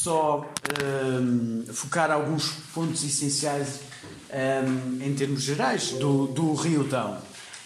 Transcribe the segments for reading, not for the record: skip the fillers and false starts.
só focar alguns pontos essenciais em termos gerais do Rio Dão.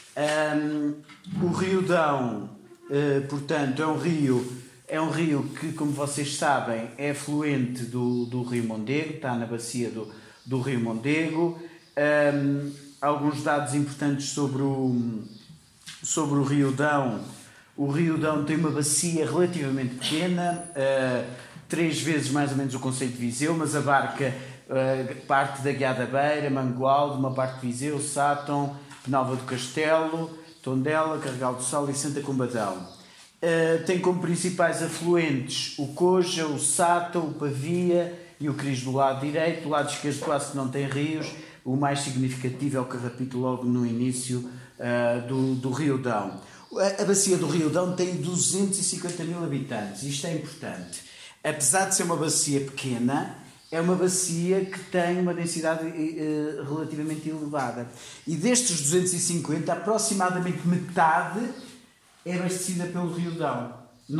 O Rio Dão, portanto, é um rio que, como vocês sabem, é afluente do Rio Mondego, está na bacia do Rio Mondego. Alguns dados importantes sobre o Rio Dão. O Rio Dão tem uma bacia relativamente pequena, 3 vezes mais ou menos o concelho de Viseu, mas abarca parte da Guiá da Beira, Mangualde, uma parte de Viseu, Sátão, Penalva do Castelo, Tondela, Carregal do Sal e Santa Combadão. Tem como principais afluentes o Coja, o Sátão, o Pavia e o Cris do lado direito. Do lado esquerdo quase que não tem rios. O mais significativo é o Carrapito logo no início do Rio Dão. A bacia do Rio Dão tem 250 mil habitantes. Isto é importante. Apesar de ser uma bacia pequena, é uma bacia que tem uma densidade relativamente elevada. E destes 250, aproximadamente metade é abastecida pelo Rio Dão.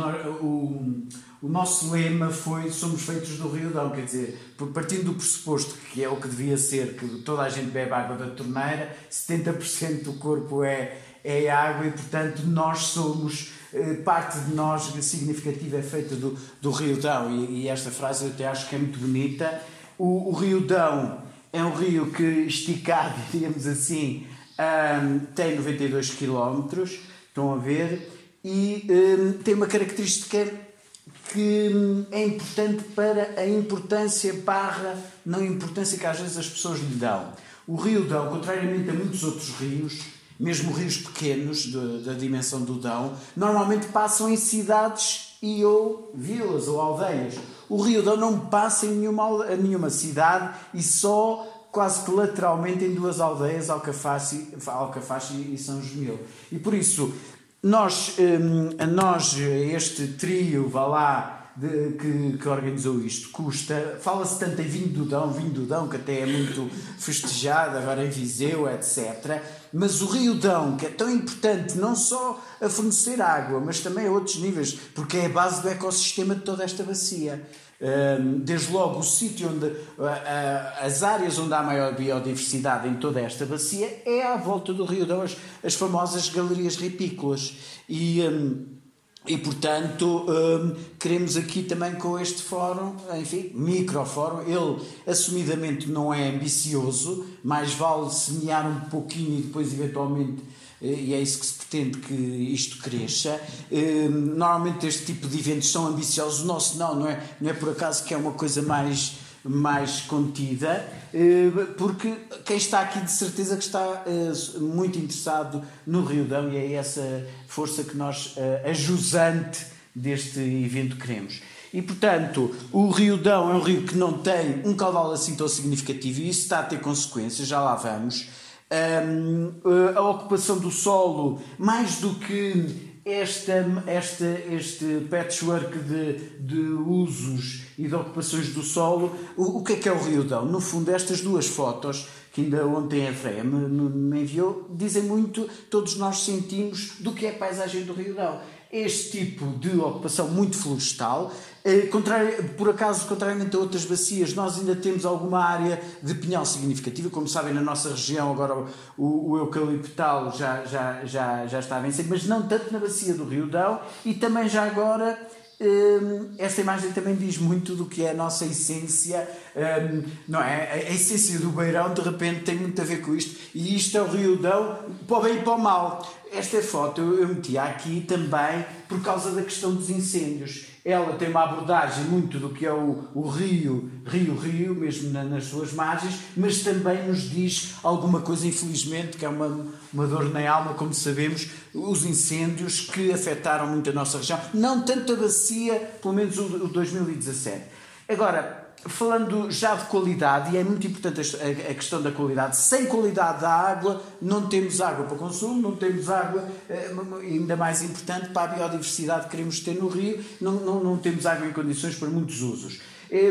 O nosso lema foi "Somos feitos do Rio Dão", quer dizer, partindo do pressuposto que é o que devia ser, que toda a gente bebe água da torneira, 70% do corpo é água e, portanto, nós somos, parte de nós significativa é feita do Rio Dão, e esta frase eu até acho que é muito bonita. O Rio Dão é um rio que, esticado, digamos assim, tem 92 km, estão a ver, e tem uma característica que é importante para a importância / não importância que às vezes as pessoas lhe dão. O Rio Dão, contrariamente a muitos outros rios, mesmo rios pequenos da dimensão do Dão, normalmente passam em cidades ou vilas ou aldeias. O Rio Dão não passa em nenhuma cidade e só quase que lateralmente em 2 aldeias, Alcafaxe e São Gemil. E por isso, este trio, que organizou isto, fala-se tanto em vinho do Dão, que até é muito festejado agora em Viseu, etc. Mas o Rio Dão, que é tão importante não só a fornecer água, mas também a outros níveis, porque é a base do ecossistema de toda esta bacia. Desde logo o sítio onde as áreas onde há maior biodiversidade em toda esta bacia é à volta do Rio Dão, as famosas galerias ripícolas, e portanto queremos aqui também com este fórum, enfim, microfórum, ele assumidamente não é ambicioso, mais vale semear um pouquinho e depois eventualmente, e é isso que se pretende, que isto cresça. Normalmente este tipo de eventos são ambiciosos, o nosso não é por acaso que é uma coisa mais contida, porque quem está aqui de certeza que está muito interessado no Rio Dão, e é essa força que nós, a jusante deste evento, queremos. E, portanto, o Rio Dão é um rio que não tem um caudal assim tão significativo, e isso está a ter consequências, já lá vamos. A ocupação do solo, mais do que este patchwork de usos e de ocupações do solo, o que é o Rio Dão? No fundo, estas 2 fotos que ainda ontem a Freia me enviou dizem muito, todos nós sentimos, do que é a paisagem do Rio Dão. Este tipo de ocupação muito florestal, por acaso, contrariamente a outras bacias, nós ainda temos alguma área de pinhal significativa. Como sabem, na nossa região agora o eucaliptal já está a vencer, mas não tanto na bacia do Rio Dão. E também já agora, esta imagem também diz muito do que é a nossa essência, não é? A essência do Beirão, de repente, tem muito a ver com isto, e isto é o Rio Dão, para o bem e para o mal. Esta foto eu meti aqui também por causa da questão dos incêndios. Ela tem uma abordagem muito do que é o rio, mesmo nas suas margens, mas também nos diz alguma coisa, infelizmente, que é uma dor na alma, como sabemos, os incêndios que afetaram muito a nossa região. Não tanto a bacia, pelo menos o 2017. Agora, falando já de qualidade, e é muito importante a questão da qualidade, sem qualidade da água não temos água para consumo, não temos água, ainda mais importante, para a biodiversidade que queremos ter no rio, não temos água em condições para muitos usos.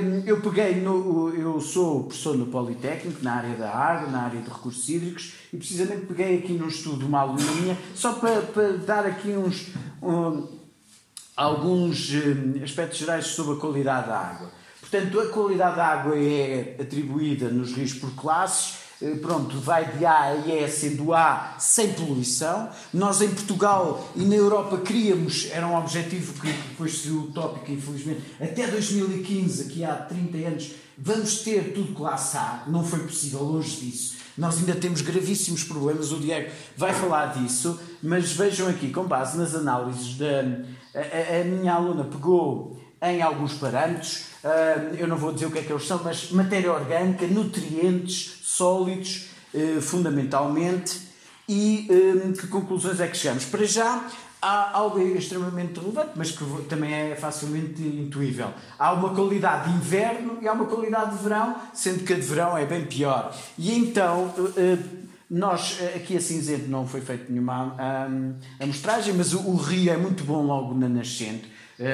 Eu sou professor no Politécnico, na área da água, na área de recursos hídricos, e precisamente peguei aqui num estudo uma aluninha, só para dar aqui alguns aspectos gerais sobre a qualidade da água. Portanto, a qualidade da água é atribuída nos rios por classes. Pronto, vai de A a E, sendo A sem poluição. Nós em Portugal e na Europa queríamos, era um objetivo que depois se utópico, infelizmente, até 2015, aqui há 30 anos, vamos ter tudo classe A. Não foi possível, longe disso. Nós ainda temos gravíssimos problemas, o Diego vai falar disso, mas vejam aqui, com base nas análises, a minha aluna pegou em alguns parâmetros, eu não vou dizer o que é que eles são, mas matéria orgânica, nutrientes, sólidos, fundamentalmente, e que conclusões é que chegamos? Para já, há algo extremamente relevante, mas que também é facilmente intuível. Há uma qualidade de inverno e há uma qualidade de verão, sendo que a de verão é bem pior. E então, nós, aqui a cinzento não foi feita nenhuma amostragem, mas o rio é muito bom logo na nascente.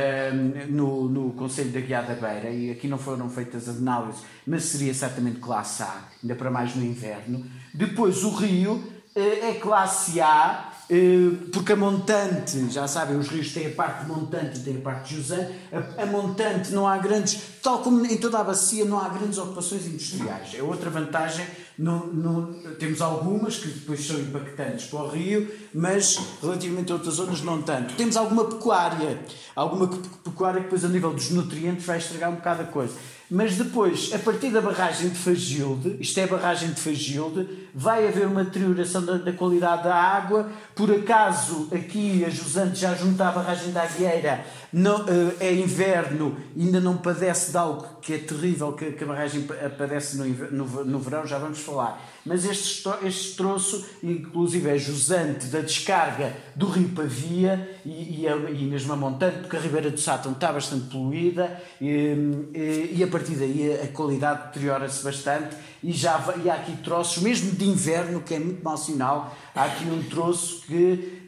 No Conselho da Guiar da Beira, e aqui não foram feitas análises, mas seria certamente classe A, ainda para mais no inverno. Depois o rio é classe A, porque a montante, já sabem, os rios têm a parte montante e têm a parte jusante. A montante não há grandes, tal como em toda a bacia, não há grandes ocupações industriais. É outra vantagem. Temos algumas que depois são impactantes para o rio, mas relativamente a outras zonas não tanto. Temos alguma pecuária que depois a nível dos nutrientes vai estragar um bocado a coisa. Mas depois, a partir da barragem de Fagilde, isto é a barragem de Fagilde, vai haver uma deterioração da qualidade da água. Por acaso, aqui a jusante já junto à barragem da Agueira, é inverno, ainda não padece de algo que é terrível, que a barragem padece no verão, já vamos falar. Mas este troço, inclusive é jusante da descarga do rio Pavia e mesmo a montante, porque a Ribeira do Sátão está bastante poluída e a partir daí a qualidade deteriora-se bastante e há aqui troços, mesmo de inverno, que é muito mau sinal. Há aqui um troço que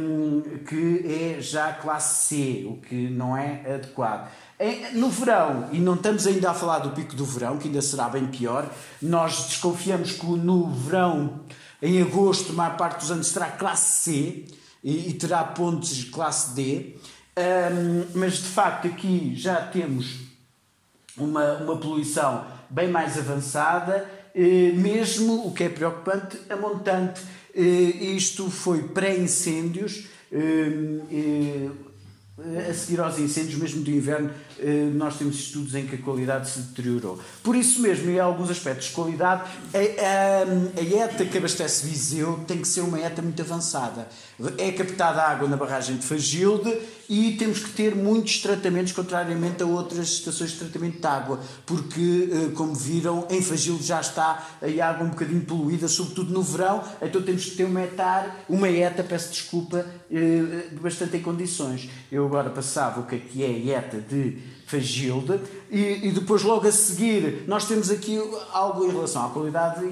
é já classe C, o que não é adequado. No verão, e não estamos ainda a falar do pico do verão, que ainda será bem pior, nós desconfiamos que no verão, em agosto, a maior parte dos anos será classe C e terá pontos de classe D, mas de facto aqui já temos uma poluição bem mais avançada, mesmo, o que é preocupante, a montante. Isto foi pré-incêndios, a seguir aos incêndios, mesmo do inverno, nós temos estudos em que a qualidade se deteriorou. Por isso mesmo, em alguns aspectos de qualidade, a ETA que abastece Viseu tem que ser uma ETA muito avançada. É captada água na barragem de Fagilde e temos que ter muitos tratamentos, contrariamente a outras estações de tratamento de água, porque, como viram, em Fagilde já está a água um bocadinho poluída, sobretudo no verão, então temos que ter uma ETA, peço desculpa, bastante em condições. Eu agora passava o que é a ETA de Fagilde e depois logo a seguir nós temos aqui algo em relação à qualidade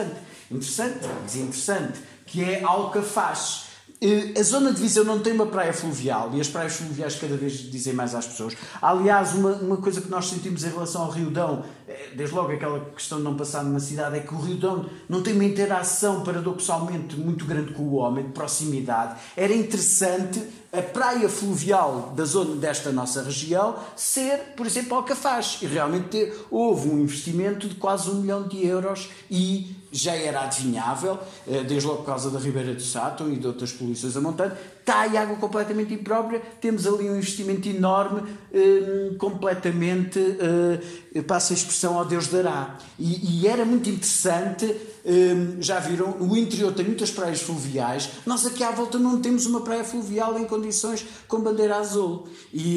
interessante, que é Alcafaz. A zona de Viseu não tem uma praia fluvial e as praias fluviais cada vez dizem mais às pessoas. Aliás, uma coisa que nós sentimos em relação ao Rio Dão, desde logo aquela questão de não passar numa cidade, é que o Rio Dão não tem uma interação paradoxalmente muito grande com o homem, de proximidade. Era interessante a praia fluvial da zona desta nossa região ser, por exemplo, Alcafaz. E realmente houve um investimento de quase 1 milhão de euros e já era adivinhável, desde logo por causa da Ribeira do Sátão e de outras poluições a montante. Está a água completamente imprópria, temos ali um investimento enorme, completamente, passa a expressão, ao Deus dará. E era muito interessante, já viram, o interior tem muitas praias fluviais, nós aqui à volta não temos uma praia fluvial em condições com bandeira azul,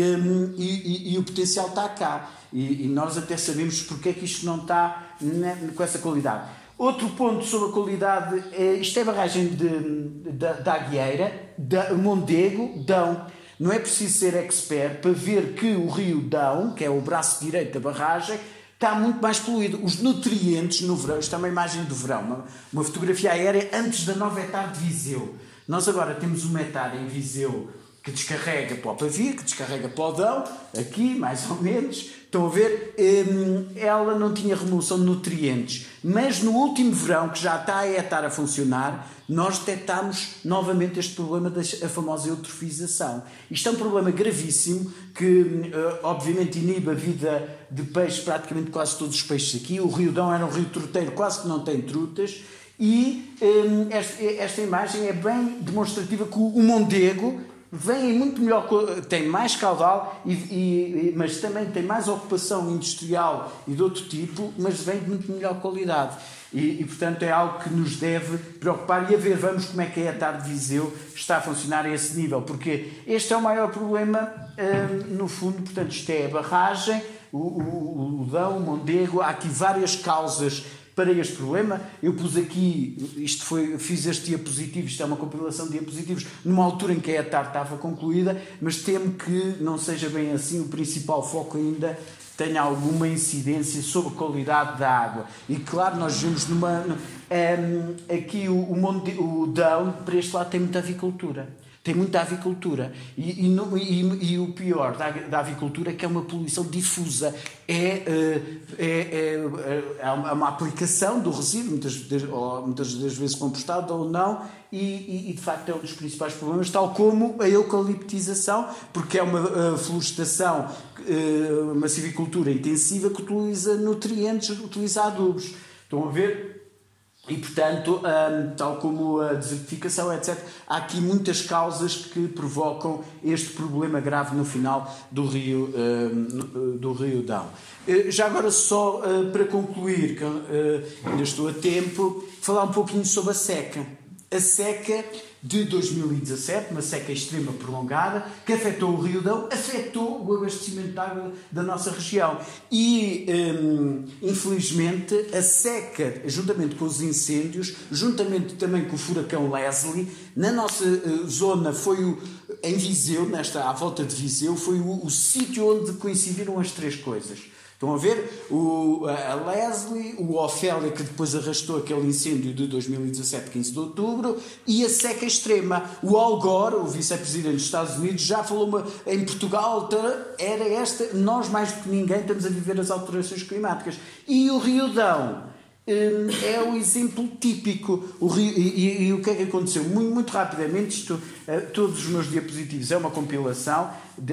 e o potencial está cá, e nós até sabemos porque é que isto não está com essa qualidade. Outro ponto sobre a qualidade, isto é a barragem da Agueira, Mondego, Dão. Não é preciso ser expert para ver que o rio Dão, que é o braço direito da barragem, está muito mais poluído. Os nutrientes no verão, isto é uma imagem do verão, uma fotografia aérea antes da nova hectare de Viseu. Nós agora temos uma hectare em Viseu que descarrega para o Pavio, que descarrega para o Dão, aqui mais ou menos, estão a ver, ela não tinha remoção de nutrientes, mas no último verão, que já está a estar a funcionar, nós detectámos novamente este problema da famosa eutrofização. Isto é um problema gravíssimo que obviamente inibe a vida de peixes, praticamente quase todos os peixes aqui. O Rio Dão era um rio truteiro, quase que não tem trutas, e esta imagem é bem demonstrativa que o Mondego vem muito melhor, tem mais caudal, mas também tem mais ocupação industrial e de outro tipo, mas vem de muito melhor qualidade. Portanto, é algo que nos deve preocupar e a ver, vamos como é que a ETAR de Viseu está a funcionar a esse nível, porque este é o maior problema, no fundo, portanto, isto é a barragem, o Dão, o Mondego, há aqui várias causas para este problema. Eu pus aqui, fiz este diapositivo, isto é uma compilação de diapositivos, numa altura em que a ETAR estava concluída, mas temo que não seja bem assim, o principal foco ainda tenha alguma incidência sobre a qualidade da água. E claro, nós vemos aqui o Dão, para este lado tem muita avicultura. Tem muita avicultura. E o pior da avicultura é que é uma poluição difusa. É uma aplicação do resíduo, muitas das vezes compostado ou não, e de facto é um dos principais problemas, tal como a eucaliptização, porque é uma florestação, uma silvicultura intensiva que utiliza nutrientes, utiliza adubos. Estão a ver? E, portanto, tal como a desertificação, etc., há aqui muitas causas que provocam este problema grave no final do Rio Dão. Já agora, só para concluir, que ainda estou a tempo, falar um pouquinho sobre a seca. A seca de 2017, uma seca extrema prolongada, que afetou o Rio Dão, afetou o abastecimento de água da nossa região. E, infelizmente, a seca, juntamente com os incêndios, juntamente também com o furacão Leslie, na nossa zona em Viseu, à volta de Viseu, foi o sítio onde coincidiram as três coisas. Estão a ver? A Leslie, o Ofélia, que depois arrastou aquele incêndio de 2017, 15 de outubro, e a seca extrema. O Al Gore, o vice-presidente dos Estados Unidos, já falou em Portugal, nós mais do que ninguém estamos a viver as alterações climáticas. E o Rio Dão é o exemplo típico. E o que é que aconteceu? Muito rapidamente, todos os meus diapositivos é uma compilação,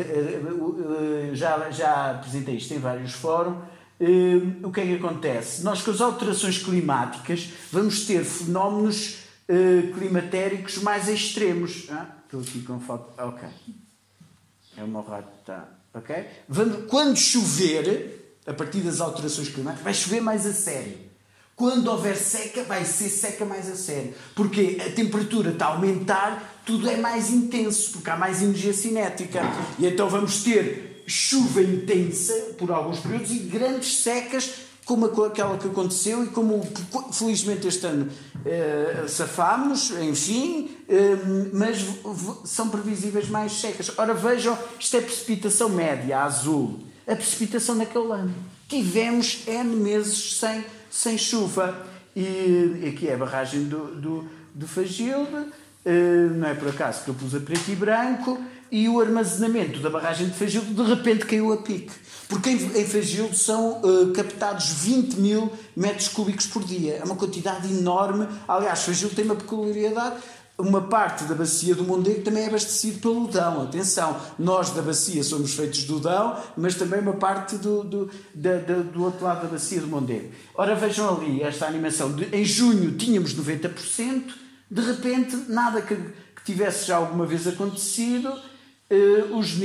já apresentei isto em vários fóruns. O que é que acontece? Nós, com as alterações climáticas, vamos ter fenómenos climatéricos mais extremos. Estou aqui com foto. Ok. É o meu rato. Tá. Ok? Quando chover, a partir das alterações climáticas, vai chover mais a sério. Quando houver seca, vai ser seca mais a sério. Porque a temperatura está a aumentar, tudo é mais intenso, porque há mais energia cinética. E então vamos ter chuva intensa por alguns períodos e grandes secas, como aquela que aconteceu e como, felizmente, este ano safámos, enfim, mas são previsíveis mais secas. Ora, vejam, isto é precipitação média, azul. A precipitação naquele ano. Tivemos N meses sem chuva. E aqui é a barragem do Fagilde, não é por acaso que eu pus a preto e branco, e o armazenamento da barragem de Fagilde de repente caiu a pique. Porque em Fagilde são captados 20 mil metros cúbicos por dia. É uma quantidade enorme. Aliás, Fagilde tem uma peculiaridade. Uma parte da bacia do Mondego também é abastecido pelo Dão. Atenção, nós da bacia somos feitos do Dão, mas também uma parte do outro lado da bacia do Mondego. Ora, vejam ali esta animação. Em junho tínhamos 90%, de repente, nada que tivesse já alguma vez acontecido, os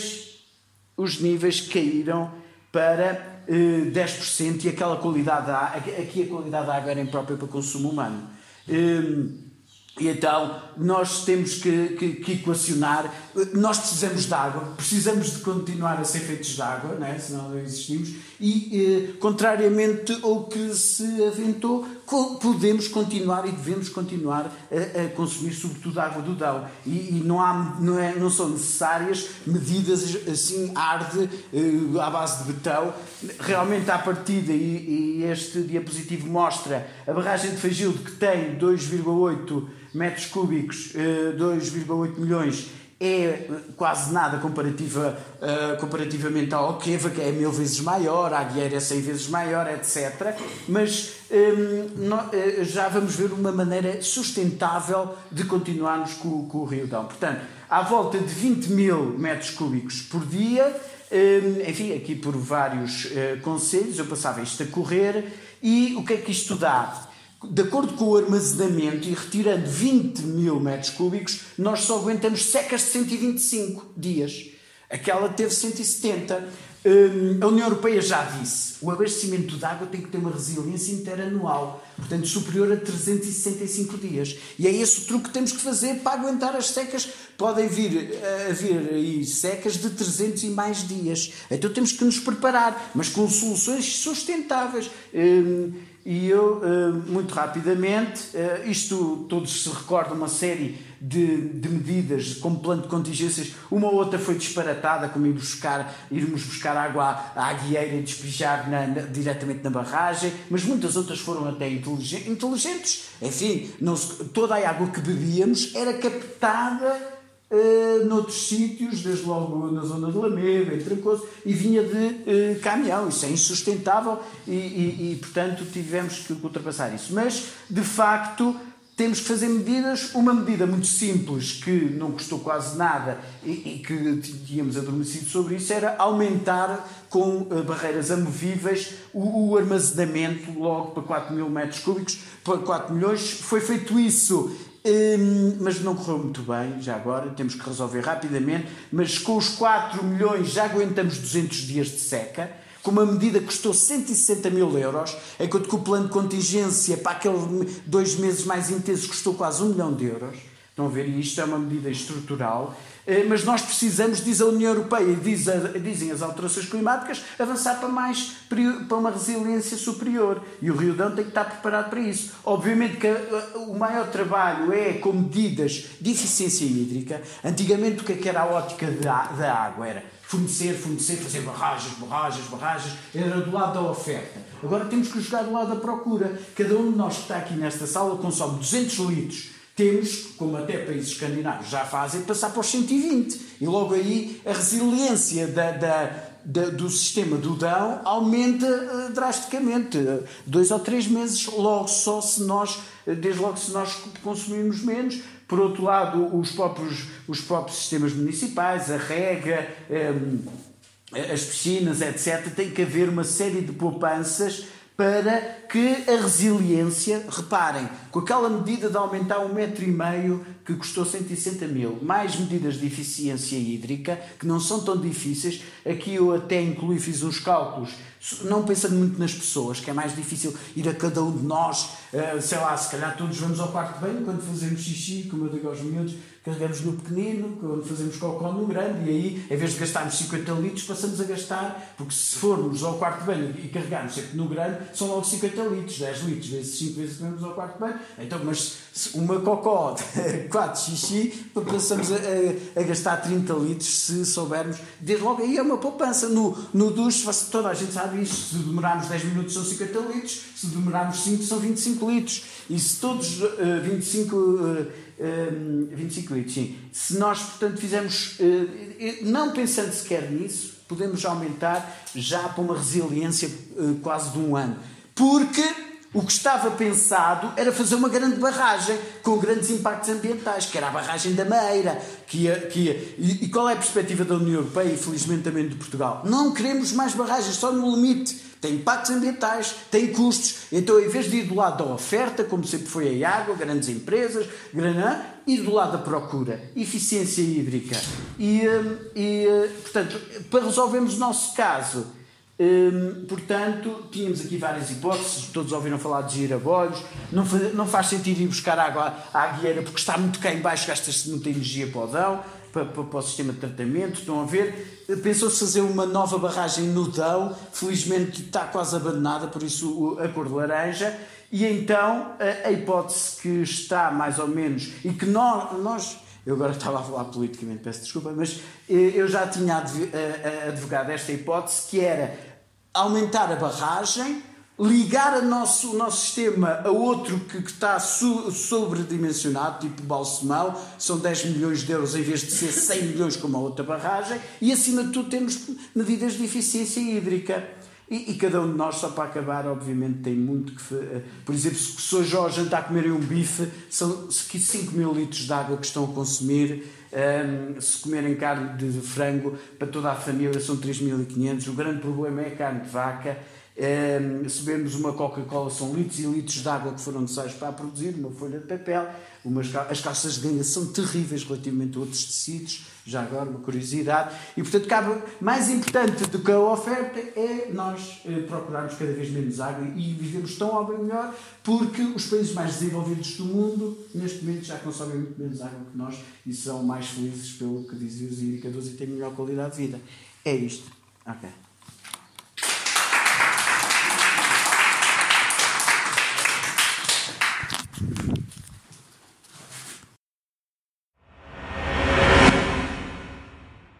níveis caíram para 10% e aquela qualidade aqui a qualidade da água era imprópria para consumo humano. E então nós temos que equacionar, nós precisamos de água, precisamos de continuar a ser feitos de água, não é? Senão não existimos, e contrariamente ao que se aventou, podemos continuar e devemos continuar a consumir sobretudo a água do Dão, e não são necessárias medidas assim à base de betão. Realmente à partida, e este diapositivo mostra a barragem de Fagilde, que tem 2,8 metros cúbicos, 2,8 milhões, é quase nada comparativamente ao Alqueva, que é 1000 vezes maior, a Aguieira é 100 vezes maior, etc. Mas já vamos ver uma maneira sustentável de continuarmos com o Rio Dão. Portanto, à volta de 20 mil metros cúbicos por dia, enfim, aqui por vários concelhos, eu passava isto a correr, e o que é que isto dá? De acordo com o armazenamento e retirando 20 mil metros cúbicos, nós só aguentamos secas de 125 dias. Aquela teve 170. A União Europeia já disse, o abastecimento de água tem que ter uma resiliência interanual, portanto superior a 365 dias. E é esse o truque que temos que fazer para aguentar as secas. Podem vir aí secas de 300 e mais dias. Então temos que nos preparar, mas com soluções sustentáveis. E eu, muito rapidamente, isto todos se recordam, uma série de medidas como plano de contingências. Uma ou outra foi disparatada, como irmos buscar água à Aguieira e despejar diretamente na barragem, mas muitas outras foram até inteligentes. Enfim, toda a água que bebíamos era captada noutros sítios, desde logo na zona de Lamego, em Trancoso, e vinha de caminhão. Isso é insustentável e, portanto, tivemos que ultrapassar isso. Mas, de facto, temos que fazer medidas. Uma medida muito simples, que não custou quase nada e que tínhamos adormecido sobre isso, era aumentar com barreiras amovíveis o armazenamento logo para 4 mil metros cúbicos, para 4 milhões. Foi feito isso, mas não correu muito bem, já agora, temos que resolver rapidamente, mas com os 4 milhões já aguentamos 200 dias de seca, com uma medida que custou 160 mil euros, enquanto que o plano de contingência para aqueles 2 meses mais intensos custou quase 1 milhão de euros. Estão a ver? E isto é uma medida estrutural. Mas nós precisamos, diz a União Europeia, dizem as alterações climáticas, avançar para uma resiliência superior. E o Rio Dão tem que estar preparado para isso. Obviamente que o maior trabalho é com medidas de eficiência hídrica. Antigamente o que era a ótica da água? Era fornecer, fazer barragens, era do lado da oferta. Agora temos que jogar do lado da procura. Cada um de nós que está aqui nesta sala consome 200 litros. Temos, como até países escandinavos já fazem, passar para os 120. E logo aí a resiliência do sistema do Dão aumenta drasticamente. 2 ou 3 meses, desde logo se nós consumirmos menos. Por outro lado, os próprios sistemas municipais, a rega, as piscinas, etc., tem que haver uma série de poupanças para que a resiliência, reparem, com aquela medida de aumentar 1,5 m que custou 160 mil, mais medidas de eficiência hídrica, que não são tão difíceis, aqui eu até fiz uns cálculos, não pensando muito nas pessoas, que é mais difícil ir a cada um de nós, sei lá, se calhar todos vamos ao quarto de banho, quando fazemos xixi, como eu digo aos miúdos, carregamos no pequenino, quando fazemos cocó no grande, e aí, em vez de gastarmos 50 litros, passamos a gastar, porque se formos ao quarto de banho e carregarmos sempre no grande, são logo 50 litros, 10 litros, vezes 5 vezes que vamos ao quarto de banho. Então, mas uma cocó, 4 xixi, passamos a gastar 30 litros, se soubermos. Desde logo aí é uma poupança. No duche, toda a gente sabe isto, se demorarmos 10 minutos são 50 litros, se demorarmos 5 são 25 litros. E se todos 25 litros, sim. Se nós, portanto, fizermos, não pensando sequer nisso, podemos aumentar já para uma resiliência quase de 1 ano. Porque o que estava pensado era fazer uma grande barragem com grandes impactos ambientais, que era a barragem da Meira. E qual é a perspectiva da União Europeia e, felizmente, também de Portugal? Não queremos mais barragens, só no limite. Tem impactos ambientais, tem custos. Então, em vez de ir do lado da oferta, como sempre foi a água, grandes empresas, ir do lado da procura, eficiência hídrica. Portanto, para resolvermos o nosso caso, portanto, tínhamos aqui várias hipóteses. Todos ouviram falar de girabolhos. Não faz sentido ir buscar água à Aguieira porque está muito cá em baixo, gasta-se muita energia para o Dão, para o sistema de tratamento. Estão a ver? Pensou-se fazer uma nova barragem no Dão, felizmente está quase abandonada, por isso a cor de laranja. E então a hipótese que está mais ou menos, e que nós eu agora estava a falar politicamente, peço desculpa, mas eu já tinha advogado esta hipótese, que era aumentar a barragem ligar o nosso sistema a outro que está sobredimensionado, tipo Balsemão, são 10 milhões de euros em vez de ser 100 milhões como a outra barragem, e acima de tudo temos medidas de eficiência hídrica. E cada um de nós, só para acabar, obviamente tem muito que... Por exemplo, se hoje ao jantar comerem um bife, são 5 mil litros de água que estão a consumir. Se comerem carne de frango, para toda a família são 3.500. O grande problema é a carne de vaca. Se bebermos uma Coca-Cola, são litros e litros de água que foram necessários para a produzir, uma folha de papel. As calças de ganga são terríveis relativamente a outros tecidos. Já agora, uma curiosidade. E, portanto, cabe, mais importante do que a oferta é nós procurarmos cada vez menos água e vivemos tão ao bem melhor, porque os países mais desenvolvidos do mundo, neste momento, já consomem muito menos água que nós e são mais felizes pelo que dizem os indicadores e têm melhor qualidade de vida. É isto. Ok.